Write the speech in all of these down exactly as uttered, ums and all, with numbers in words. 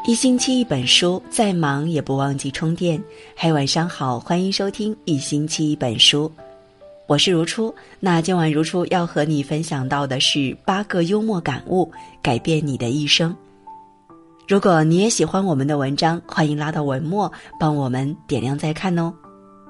一星期一本书，再忙也不忘记充电。嘿，晚上好，欢迎收听一星期一本书，我是如初。那今晚如初要和你分享到的是八个幽默感悟，改变你的一生。如果你也喜欢我们的文章，欢迎拉到文末帮我们点亮再看哦。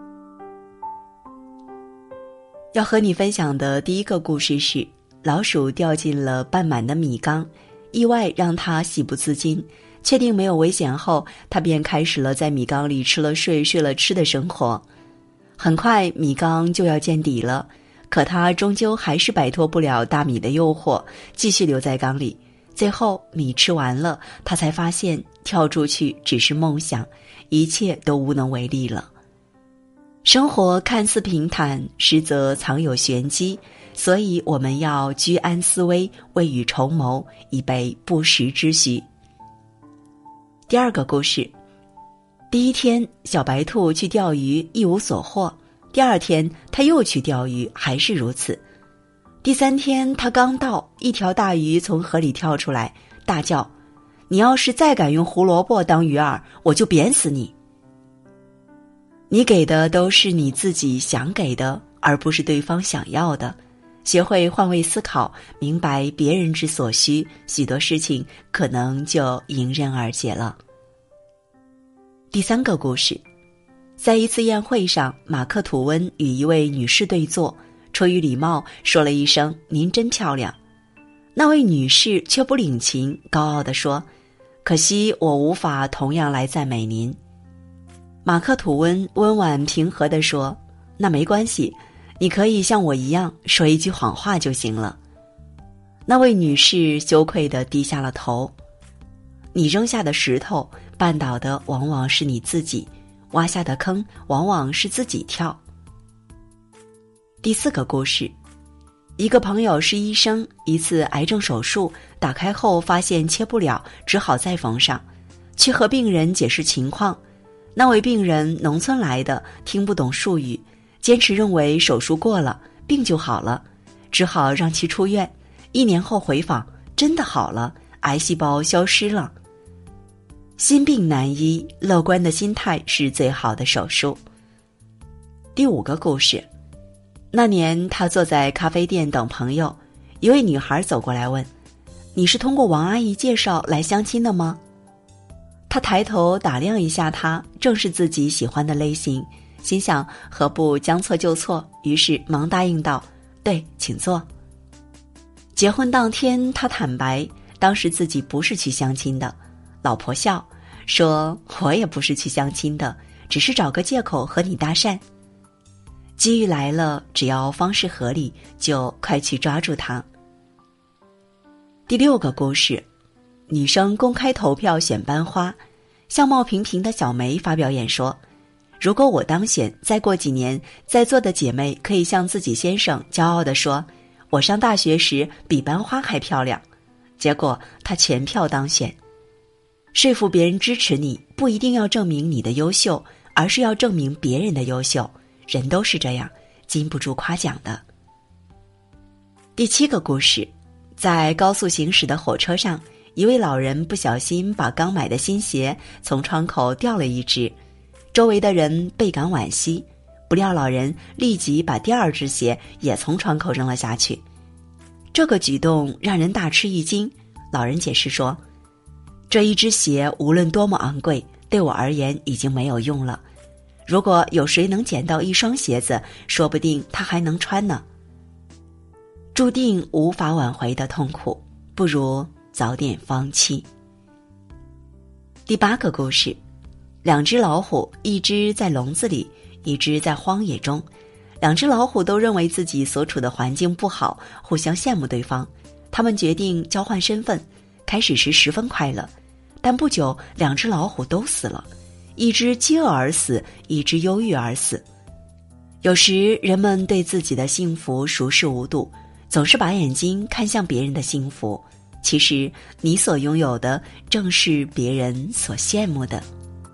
要和你分享的第一个故事是，老鼠掉进了半满的米缸，意外让它喜不自禁。确定没有危险后，他便开始了在米缸里吃了睡，睡了吃的生活。很快米缸就要见底了，可他终究还是摆脱不了大米的诱惑，继续留在缸里。最后米吃完了，他才发现跳出去只是梦想，一切都无能为力了。生活看似平坦，实则藏有玄机，所以我们要居安思危，未雨绸缪，以备不时之需。第二个故事，第一天小白兔去钓鱼一无所获，第二天他又去钓鱼，还是如此。第三天他刚到，一条大鱼从河里跳出来，大叫：你要是再敢用胡萝卜当鱼饵，我就扁死你。你给的都是你自己想给的，而不是对方想要的。学会换位思考，明白别人之所需，许多事情可能就迎刃而解了。第三个故事，在一次宴会上，马克·吐温与一位女士对坐，出于礼貌说了一声您真漂亮。那位女士却不领情，高傲地说，可惜我无法同样来赞美您。马克·吐温温婉平和地说，那没关系，你可以像我一样说一句谎话就行了。那位女士羞愧地低下了头。你扔下的石头，绊倒的往往是你自己，挖下的坑往往是自己跳。第四个故事，一个朋友是医生，一次癌症手术打开后发现切不了，只好再缝上，去和病人解释情况。那位病人农村来的，听不懂术语，坚持认为手术过了，病就好了，只好让其出院。一年后回访，真的好了，癌细胞消失了。心病难医，乐观的心态是最好的手术。第五个故事，那年他坐在咖啡店等朋友，一位女孩走过来问，你是通过王阿姨介绍来相亲的吗？他抬头打量一下她，正是自己喜欢的类型，心想何不将错就错，于是忙答应道，对，请坐。结婚当天他坦白，当时自己不是去相亲的。老婆笑说，我也不是去相亲的，只是找个借口和你搭讪。机遇来了，只要方式合理，就快去抓住它。第六个故事，女生公开投票选班花，相貌平平的小梅发表演说，如果我当选，再过几年，在座的姐妹可以向自己先生骄傲地说，我上大学时比班花还漂亮。结果她全票当选。说服别人支持你，不一定要证明你的优秀，而是要证明别人的优秀。人都是这样，禁不住夸奖的。第七个故事，在高速行驶的火车上，一位老人不小心把刚买的新鞋从窗口掉了一只，周围的人倍感惋惜，不料老人立即把第二只鞋也从窗口扔了下去。这个举动让人大吃一惊，老人解释说，这一只鞋无论多么昂贵，对我而言已经没有用了。如果有谁能捡到一双鞋子，说不定他还能穿呢。注定无法挽回的痛苦，不如早点放弃。第八个故事，两只老虎，一只在笼子里，一只在荒野中。两只老虎都认为自己所处的环境不好，互相羡慕对方。他们决定交换身份，开始时十分快乐，但不久两只老虎都死了，一只饥饿而死，一只忧郁而死。有时人们对自己的幸福熟视无睹，总是把眼睛看向别人的幸福，其实你所拥有的正是别人所羡慕的。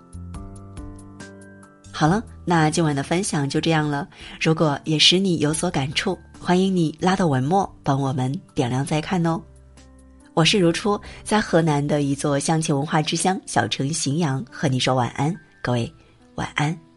好了，那今晚的分享就这样了。如果也使你有所感触，欢迎你拉到文末帮我们点亮再看哦。 我是如初，在河南的一座乡情文化之乡小城荥阳和你说晚安，各位晚安。